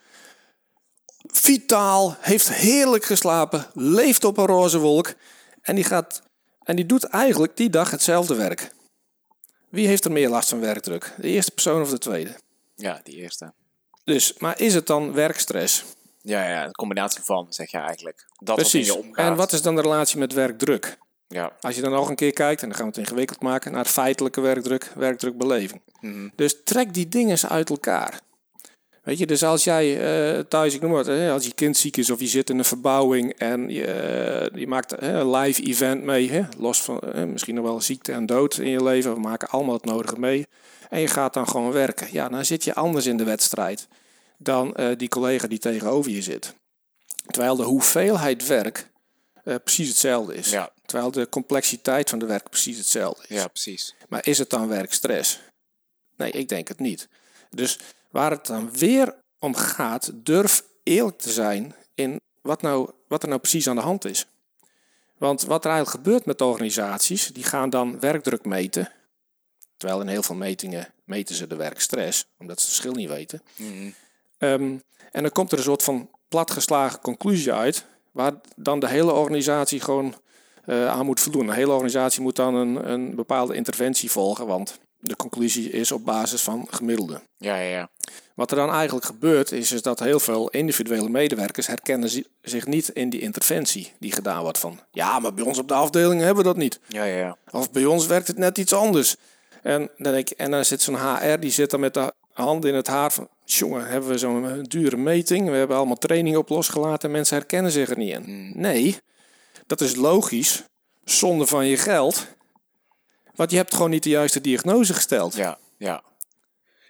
Vitaal, heeft heerlijk geslapen. Leeft op een roze wolk. En die, gaat, en die doet eigenlijk die dag hetzelfde werk. Wie heeft er meer last van werkdruk? De eerste persoon of de tweede? Ja, die eerste. Dus, maar is het dan werkstress? Ja, ja, een combinatie van, zeg je eigenlijk. Dat Precies. wat in je omgaat. En wat is dan de relatie met werkdruk? Ja. Als je dan nog een keer kijkt, en dan gaan we het ingewikkeld maken, naar feitelijke werkdruk, werkdrukbeleving. Mm-hmm. Dus trek die dingen eens uit elkaar. Weet je, dus als jij uh, thuis, ik noem het, hè, als je kind ziek is of je zit in een verbouwing en je, uh, je maakt hè, een live event mee, hè, los van uh, misschien nog wel ziekte en dood in je leven, we maken allemaal het nodige mee. En je gaat dan gewoon werken. Ja, dan zit je anders in de wedstrijd dan uh, die collega die tegenover je zit. Terwijl de hoeveelheid werk uh, precies hetzelfde is. Ja. Terwijl de complexiteit van de werk precies hetzelfde is. Ja, precies. Maar is het dan werkstress? Nee, ik denk het niet. Dus waar het dan weer om gaat, durf eerlijk te zijn in wat, nou, wat er nou precies aan de hand is. Want wat er eigenlijk gebeurt met organisaties, die gaan dan werkdruk meten. Terwijl in heel veel metingen meten ze de werkstress, omdat ze het verschil niet weten. Mm-hmm. Um, en dan komt er een soort van platgeslagen conclusie uit, waar dan de hele organisatie gewoon uh, aan moet voldoen. De hele organisatie moet dan een, een bepaalde interventie volgen, want de conclusie is op basis van gemiddelde. Ja, ja, ja. Wat er dan eigenlijk gebeurt, is, is dat heel veel individuele medewerkers herkennen zich niet in die interventie die gedaan wordt van, ja, maar bij ons op de afdeling hebben we dat niet. Ja, ja, ja. Of bij ons werkt het net iets anders. En dan, denk ik, en dan zit zo'n H R, die zit dan met de hand in het haar van, jongen, hebben we zo'n dure meting, we hebben allemaal trainingen op losgelaten en mensen herkennen zich er niet in. Mm. Nee, dat is logisch, zonde van je geld, want je hebt gewoon niet de juiste diagnose gesteld. Ja, ja.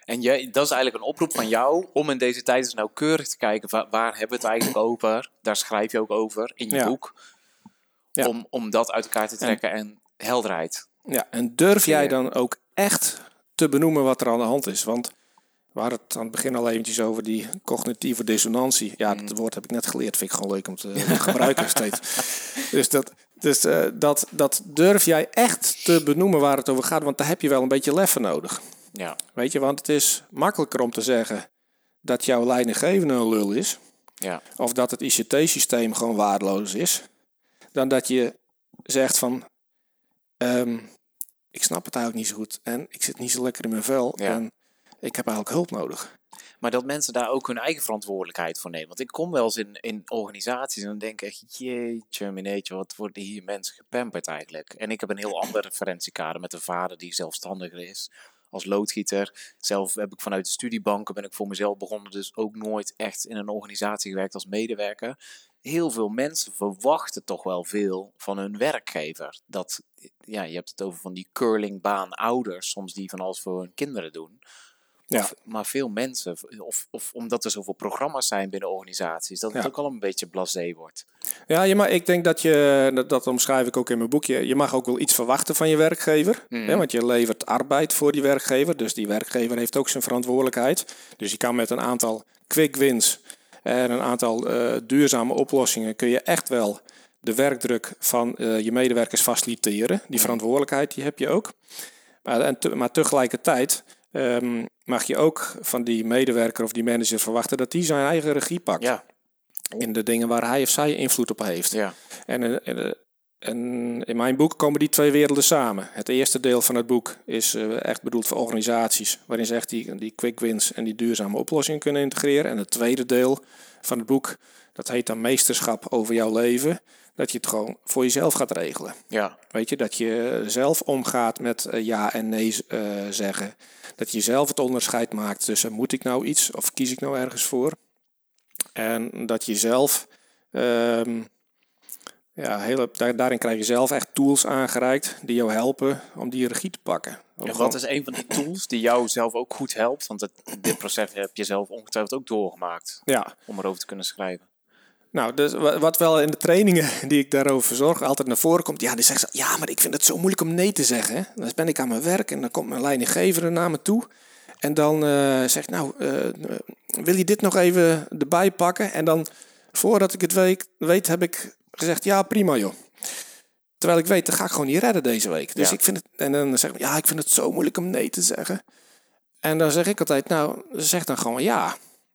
En jij, dat is eigenlijk een oproep van jou om in deze tijd eens nauwkeurig te kijken, waar, waar hebben we het eigenlijk over? Daar schrijf je ook over in je Ja. boek. Ja. Om, om dat uit elkaar te trekken en, en helderheid. Ja, en durf jij Ja. dan ook echt te benoemen wat er aan de hand is? Want we hadden het aan het begin al eventjes over die cognitieve dissonantie. Ja, dat woord heb ik net geleerd. Vind ik gewoon leuk om te gebruiken steeds. Dus, dat, dus uh, dat, dat durf jij echt te benoemen waar het over gaat. Want daar heb je wel een beetje lef voor nodig. Ja. Weet je, want het is makkelijker om te zeggen dat jouw leidinggevende een lul is. Ja. Of dat het I C T-systeem gewoon waardeloos is. Dan dat je zegt van... Um, ik snap het eigenlijk niet zo goed. En ik zit niet zo lekker in mijn vel. Ja. En ik heb eigenlijk hulp nodig. Maar dat mensen daar ook hun eigen verantwoordelijkheid voor nemen. Want ik kom wel eens in, in organisaties en dan denk ik echt... Jeetje, mineetje, wat worden hier mensen gepamperd eigenlijk? En ik heb een heel ander referentiekader met een vader die zelfstandiger is. Als loodgieter. Zelf heb ik vanuit de studiebanken ben ik voor mezelf begonnen. Dus ook nooit echt in een organisatie gewerkt als medewerker. Heel veel mensen verwachten toch wel veel van hun werkgever. Dat, ja, je hebt het over van die curlingbaan ouders, soms die van alles voor hun kinderen doen. Ja. Of, maar veel mensen, of, of omdat er zoveel programma's zijn binnen organisaties, dat het Ja. ook al een beetje blasé wordt. Ja, je mag, ik denk dat je, dat, dat omschrijf ik ook in mijn boekje, je mag ook wel iets verwachten van je werkgever. Mm. Hè, want je levert arbeid voor die werkgever, dus die werkgever heeft ook zijn verantwoordelijkheid. Dus je kan met een aantal quick wins en een aantal uh, duurzame oplossingen kun je echt wel de werkdruk van uh, je medewerkers faciliteren. Die verantwoordelijkheid die heb je ook. Maar, en te, maar tegelijkertijd um, mag je ook van die medewerker of die manager verwachten dat die zijn eigen regie pakt. Ja. In de dingen waar hij of zij invloed op heeft. Ja. En, en, en in mijn boek komen die twee werelden samen. Het eerste deel van het boek is uh, echt bedoeld voor organisaties, waarin ze echt die, die quick wins en die duurzame oplossingen kunnen integreren. En het tweede deel van het boek, dat heet dan meesterschap over jouw leven. Dat je het gewoon voor jezelf gaat regelen. Ja. Weet je, dat je zelf omgaat met uh, ja en nee uh, zeggen. Dat je zelf het onderscheid maakt tussen moet ik nou iets of kies ik nou ergens voor. En dat je zelf, um, ja, hele, daar, daarin krijg je zelf echt tools aangereikt die jou helpen om die regie te pakken. En wat is een van die tools die jou zelf ook goed helpt? Want het, dit proces heb je zelf ongetwijfeld ook doorgemaakt. Ja. Om erover te kunnen schrijven. Nou, dus wat wel in de trainingen die ik daarover verzorg altijd naar voren komt. Ja, die zegt ze, ja, maar ik vind het zo moeilijk om nee te zeggen. Hè? Dan ben ik aan mijn werk en dan komt mijn leidinggever naar me toe. En dan uh, zegt, nou, uh, wil je dit nog even erbij pakken? En dan, voordat ik het weet, weet, heb ik gezegd, ja, prima joh. Terwijl ik weet, dat ga ik gewoon niet redden deze week. Dus ja. ik vind het, en dan zeg ik, ja, ik vind het zo moeilijk om nee te zeggen. En dan zeg ik altijd, nou, zeg dan gewoon ja.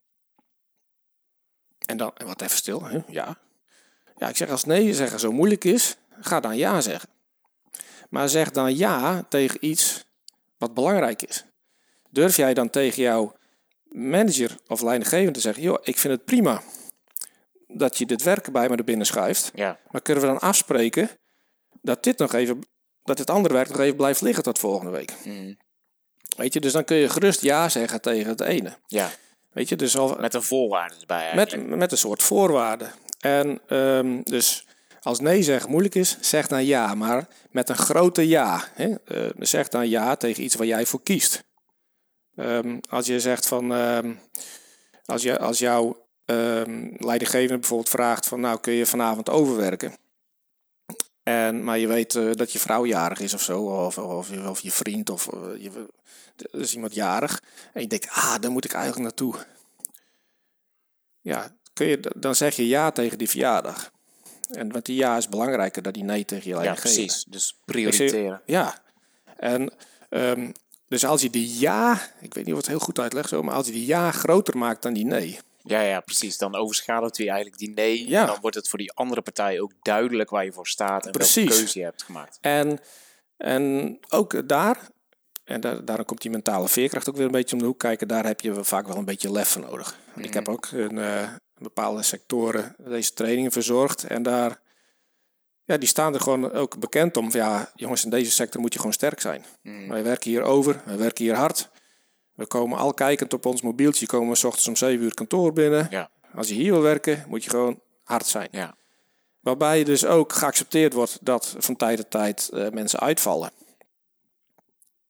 En dan, wat even stil, hè? Ja. Ja, ik zeg als nee zeggen zo moeilijk is, ga dan ja zeggen. Maar zeg dan ja tegen iets wat belangrijk is. Durf jij dan tegen jouw manager of leidinggevende te zeggen, joh, ik vind het prima dat je dit werk bij me er binnen schuift. Ja. Maar kunnen we dan afspreken dat dit nog even, dat dit andere werk nog even blijft liggen tot volgende week. Mm. Weet je, dus dan kun je gerust ja zeggen tegen het ene. Ja. Weet je, dus al, met een voorwaarde erbij eigenlijk. Met, met een soort voorwaarde. En um, dus als nee zeggen moeilijk is, zeg dan ja, maar met een grote ja. Hè? Uh, zeg dan ja tegen iets waar jij voor kiest. Um, als je zegt van, um, als, je, als jouw um, leidinggevende bijvoorbeeld vraagt van, nou kun je vanavond overwerken. En, maar je weet uh, dat je vrouw jarig is of zo, of, of, of, of je vriend, of uh, je, er is iemand jarig. En je denkt, ah, daar moet ik eigenlijk naartoe. Ja, kun je, dan zeg je ja tegen die verjaardag. En want die ja is belangrijker dan die nee tegen je leidinggevende. Ja, precies. Dus prioriteren. Ja. En um, dus als je die ja, ik weet niet of het heel goed uitlegt zo, maar als je die ja groter maakt dan die nee. Ja, ja, precies. Dan overschaduwt hij eigenlijk die nee. Ja. En dan wordt het voor die andere partij ook duidelijk waar je voor staat en precies. welke keuze je hebt gemaakt. En, en ook daar, en daar, daarom komt die mentale veerkracht ook weer een beetje om de hoek kijken, daar heb je vaak wel een beetje lef voor nodig. Mm. Ik heb ook in uh, bepaalde sectoren deze trainingen verzorgd en daar, ja, die staan er gewoon ook bekend om. Ja, jongens, in deze sector moet je gewoon sterk zijn. Mm. Wij werken hier over, wij werken hier hard. We komen al kijkend op ons mobieltje, komen we 's ochtends om zeven uur kantoor binnen. Ja. Als je hier wil werken, moet je gewoon hard zijn. Ja. Waarbij dus ook geaccepteerd wordt dat van tijd tot tijd uh, mensen uitvallen.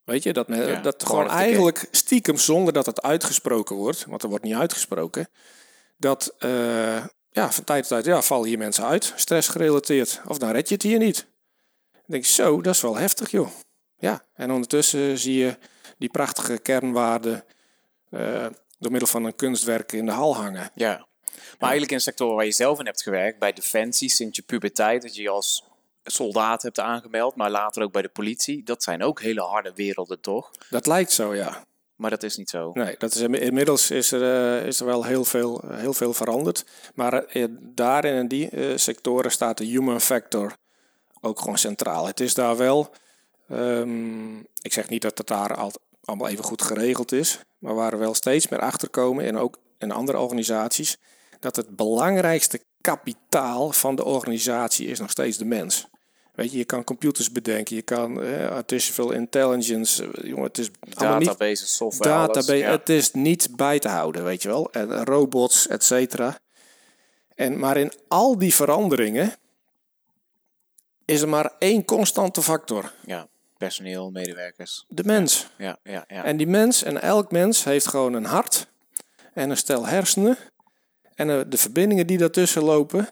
Weet je, dat, men, Ja, dat part gewoon of the game. eigenlijk stiekem, zonder dat het uitgesproken wordt, want er wordt niet uitgesproken, dat uh, ja, van tijd tot tijd ja, vallen hier mensen uit, stressgerelateerd. Of dan red je het hier niet. Dan denk je, zo, dat is wel heftig, joh. Ja, en ondertussen zie je die prachtige kernwaarden uh, door middel van een kunstwerk in de hal hangen. Ja, maar eigenlijk in sectoren waar je zelf in hebt gewerkt, bij Defensie, sinds je puberteit, dat je je als soldaat hebt aangemeld, maar later ook bij de politie, dat zijn ook hele harde werelden, toch? Dat lijkt zo, ja. Maar dat is niet zo. Nee, dat is, inmiddels is er, uh, is er wel heel veel, uh, heel veel veranderd. Maar uh, daarin in die uh, sectoren staat de human factor ook gewoon centraal. Het is daar wel, um, ik zeg niet dat het daar al, allemaal even goed geregeld is, maar waar we wel steeds meer achterkomen en ook in andere organisaties, dat het belangrijkste kapitaal van de organisatie is nog steeds de mens. Weet je, je kan computers bedenken, je kan eh, artificial intelligence, eh, jongen, het is databases, niet, software, database, alles, ja. Het is niet bij te houden, weet je wel. En robots, et cetera. En maar in al die veranderingen is er maar één constante factor. Ja, personeel, medewerkers. De mens. Ja, ja, ja. En die mens, en elk mens heeft gewoon een hart en een stel hersenen en de verbindingen die daartussen lopen.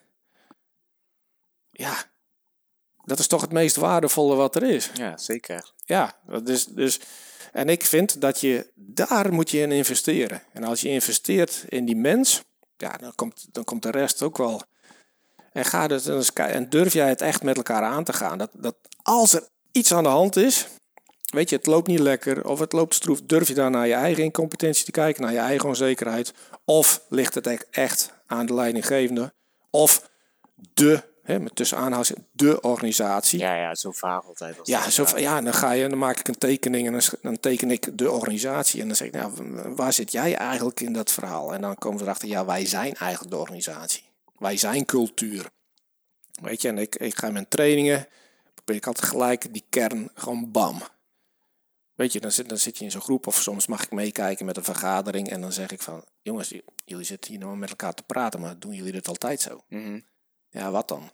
Ja. Dat is toch het meest waardevolle wat er is. Ja, zeker. Ja, dat is dus. En ik vind dat je daar moet je in investeren. En als je investeert in die mens, ja, dan komt, dan komt de rest ook wel. En, ga dus, en durf jij het echt met elkaar aan te gaan. Dat, dat als er iets aan de hand is, weet je, het loopt niet lekker of het loopt stroef, durf je dan naar je eigen incompetentie te kijken, naar je eigen onzekerheid. Of ligt het echt aan de leidinggevende? Of de He, met tussen aanhalingstekens de organisatie. Ja, ja, zo vaag altijd. Als ja, dat zo, ja, dan ga je, dan maak ik een tekening en dan, dan teken ik de organisatie. En dan zeg ik, nou, waar zit jij eigenlijk in dat verhaal? En dan komen ze erachter, ja, wij zijn eigenlijk de organisatie. Wij zijn cultuur. Weet je, en ik, ik ga in mijn trainingen, probeer ik altijd gelijk die kern, gewoon bam. Weet je, dan zit, dan zit je in zo'n groep of soms mag ik meekijken met een vergadering. En dan zeg ik van, jongens, jullie zitten hier nou met elkaar te praten, maar doen jullie dit altijd zo? Mm-hmm. Ja, wat dan?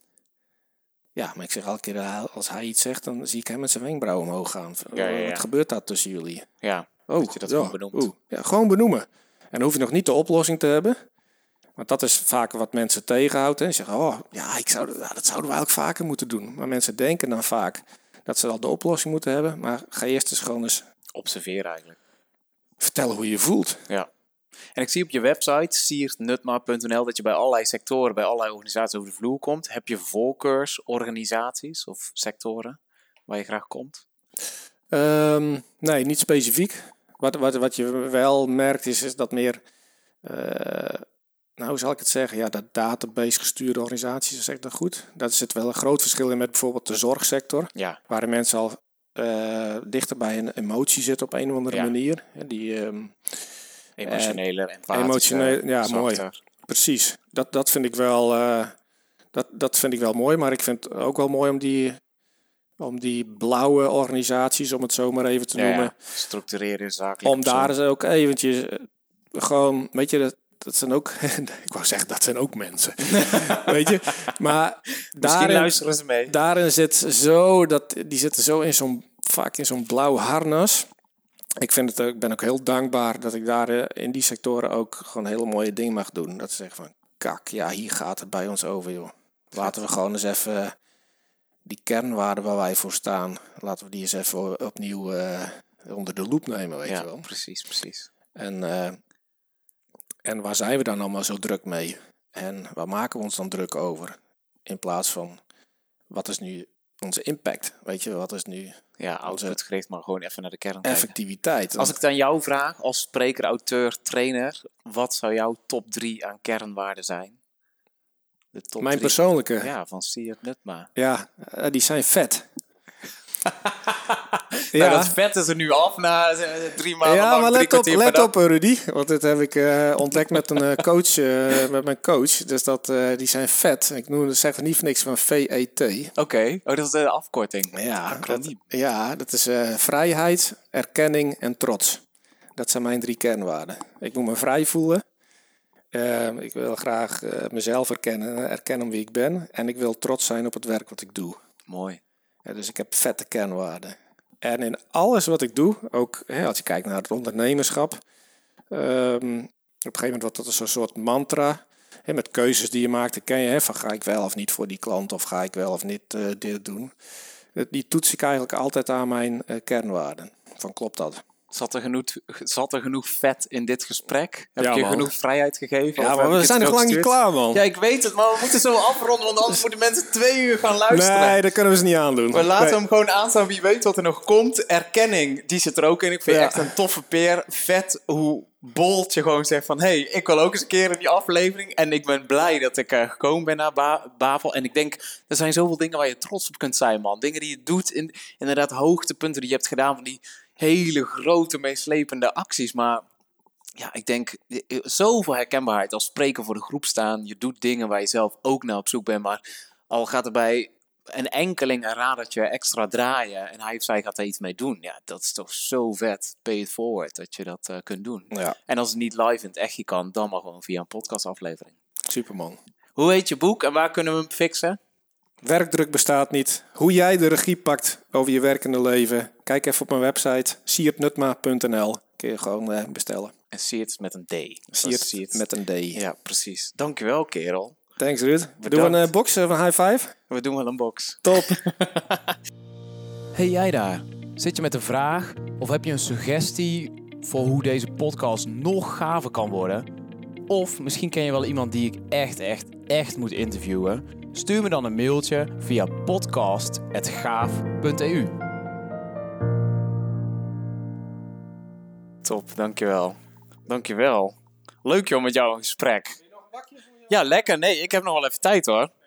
Ja, maar ik zeg elke keer, als hij iets zegt, dan zie ik hem met zijn wenkbrauwen omhoog gaan. Ja, ja, ja. Wat gebeurt daar tussen jullie? Ja, oh, dat je dat ja, gewoon benoemt. Oeh, ja, gewoon benoemen. En dan hoef je nog niet de oplossing te hebben. Want dat is vaak wat mensen tegenhoudt. Hè. Ze zeggen, oh, ja, ik zou, ja, dat zouden we eigenlijk vaker moeten doen. Maar mensen denken dan vaak dat ze al de oplossing moeten hebben. Maar ga eerst eens gewoon eens observeren eigenlijk. Vertellen hoe je je voelt. Ja. En ik zie op je website, siert nutma punt n l, dat je bij allerlei sectoren, bij allerlei organisaties over de vloer komt. Heb je voorkeursorganisaties of sectoren waar je graag komt? Um, nee, niet specifiek. Wat, wat, wat je wel merkt is, is dat meer, uh, nou hoe zal ik het zeggen, ja, dat database gestuurde organisaties, zeg ik dat goed? Daar zit wel een groot verschil in met bijvoorbeeld de zorgsector. Ja. Waar de mensen al uh, dichter bij een emotie zitten op een of andere ja. manier. Die... Um, Emotionele, empathische. Emotioneel, ja, zachter. Mooi. Precies. Dat, dat vind ik wel, uh, dat, dat vind ik wel mooi, maar ik vind het ook wel mooi om die, om die blauwe organisaties, om het zo maar even te ja, noemen, ja. Structureren, zakelijk. om daar eens ook eventjes uh, gewoon, weet je, dat, dat zijn ook, ik wou zeggen, dat zijn ook mensen, weet je, maar daarin, luisteren ze mee. Daarin zit zo, dat, die zitten zo in zo'n, vaak in zo'n blauw harnas. Ik, vind het, ik ben ook heel dankbaar dat ik daar in die sectoren ook gewoon hele mooie dingen mag doen. Dat ze zeggen van, kak, ja, hier gaat het bij ons over, joh. Laten we gewoon eens even die kernwaarden waar wij voor staan, laten we die eens even opnieuw uh, onder de loep nemen, weet ja, je wel. precies, precies. En, uh, en waar zijn we dan allemaal zo druk mee? En waar maken we ons dan druk over? In plaats van, wat is nu onze impact? Weet je, wat is nu... Ja, output gericht, maar gewoon even naar de kern. Effectiviteit. Als ik het aan jou vraag, als spreker, auteur, trainer, wat zou jouw top drie aan kernwaarden zijn? De top Mijn drie. Persoonlijke? Ja, van Siert Nutma. Ja, die zijn vet. nou, ja. Dat vet is er nu af na drie maanden ja, lang. Maar drie let op, let dag. op Rudy. Want dit heb ik uh, ontdekt met een uh, coach, uh, met mijn coach. Dus dat, uh, die zijn vet. Ik noem, zeg er niet voor niks van V E T. Oké, okay. Oh, dat is de afkorting. Ja, dat, ja, dat is uh, vrijheid, erkenning en trots. Dat zijn mijn drie kernwaarden. Ik moet me vrij voelen. Uh, ik wil graag uh, mezelf erkennen, erkennen wie ik ben. En ik wil trots zijn op het werk wat ik doe. Mooi. Ja, dus ik heb vette kernwaarden. En in alles wat ik doe, ook hè, als je kijkt naar het ondernemerschap, um, op een gegeven moment wordt dat een soort mantra. Hè, met keuzes die je maakt, dan ken je, hè, van ga ik wel of niet voor die klant of ga ik wel of niet uh, dit doen. Die toets ik eigenlijk altijd aan mijn uh, kernwaarden. Van klopt dat? Zat er, genoeg, zat er genoeg vet in dit gesprek? Heb Ja, ik je man. genoeg vrijheid gegeven? Ja, Of maar heb we ik zijn het nog lang niet gestuurd? klaar, man. Ja, ik weet het, maar we moeten zo afronden, want anders moeten mensen twee uur gaan luisteren. Nee, dat kunnen we ze niet aandoen. We laten nee. hem gewoon aanstaan, wie weet wat er nog komt. Erkenning, die zit er ook in. Ik vind Ja. je echt een toffe peer. Vet hoe bold je gewoon zegt van... hé, hey, ik wil ook eens een keer in die aflevering. En ik ben blij dat ik uh, gekomen ben naar ba- Bavel. En ik denk, er zijn zoveel dingen waar je trots op kunt zijn, man. Dingen die je doet, in, inderdaad hoogtepunten die je hebt gedaan... van die hele grote, meeslepende acties. Maar ja, ik denk, zoveel herkenbaarheid als spreker voor de groep staan. Je doet dingen waar je zelf ook naar op zoek bent. Maar al gaat er bij een enkeling een radertje extra draaien... en hij of zij gaat er iets mee doen. Ja, dat is toch zo vet. Pay it forward, dat je dat uh, kunt doen. Ja, En als het niet live in het echt kan, dan maar gewoon via een podcastaflevering. superman. Hoe heet je boek en waar kunnen we hem fixen? Werkdruk bestaat niet. Hoe jij de regie pakt over je werkende leven. Kijk even op mijn website siert nutma punt n l. Kun je gewoon uh, bestellen. En Siert met een D. Siert Siert met een D. Ja, precies. Dankjewel, kerel. Thanks, Ruud. We Bedankt. doen een uh, box, uh, een high five. We doen wel een box. Top. Hey jij daar, zit je met een vraag of heb je een suggestie voor hoe deze podcast nog gaver kan worden? Of misschien ken je wel iemand die ik echt, echt, echt moet interviewen? Stuur me dan een mailtje via podcast apenstaartje gaaf punt e u. Top, dankjewel. Dankjewel. Leuk joh met jou een gesprek. Ja, lekker. Nee, ik heb nog wel even tijd hoor.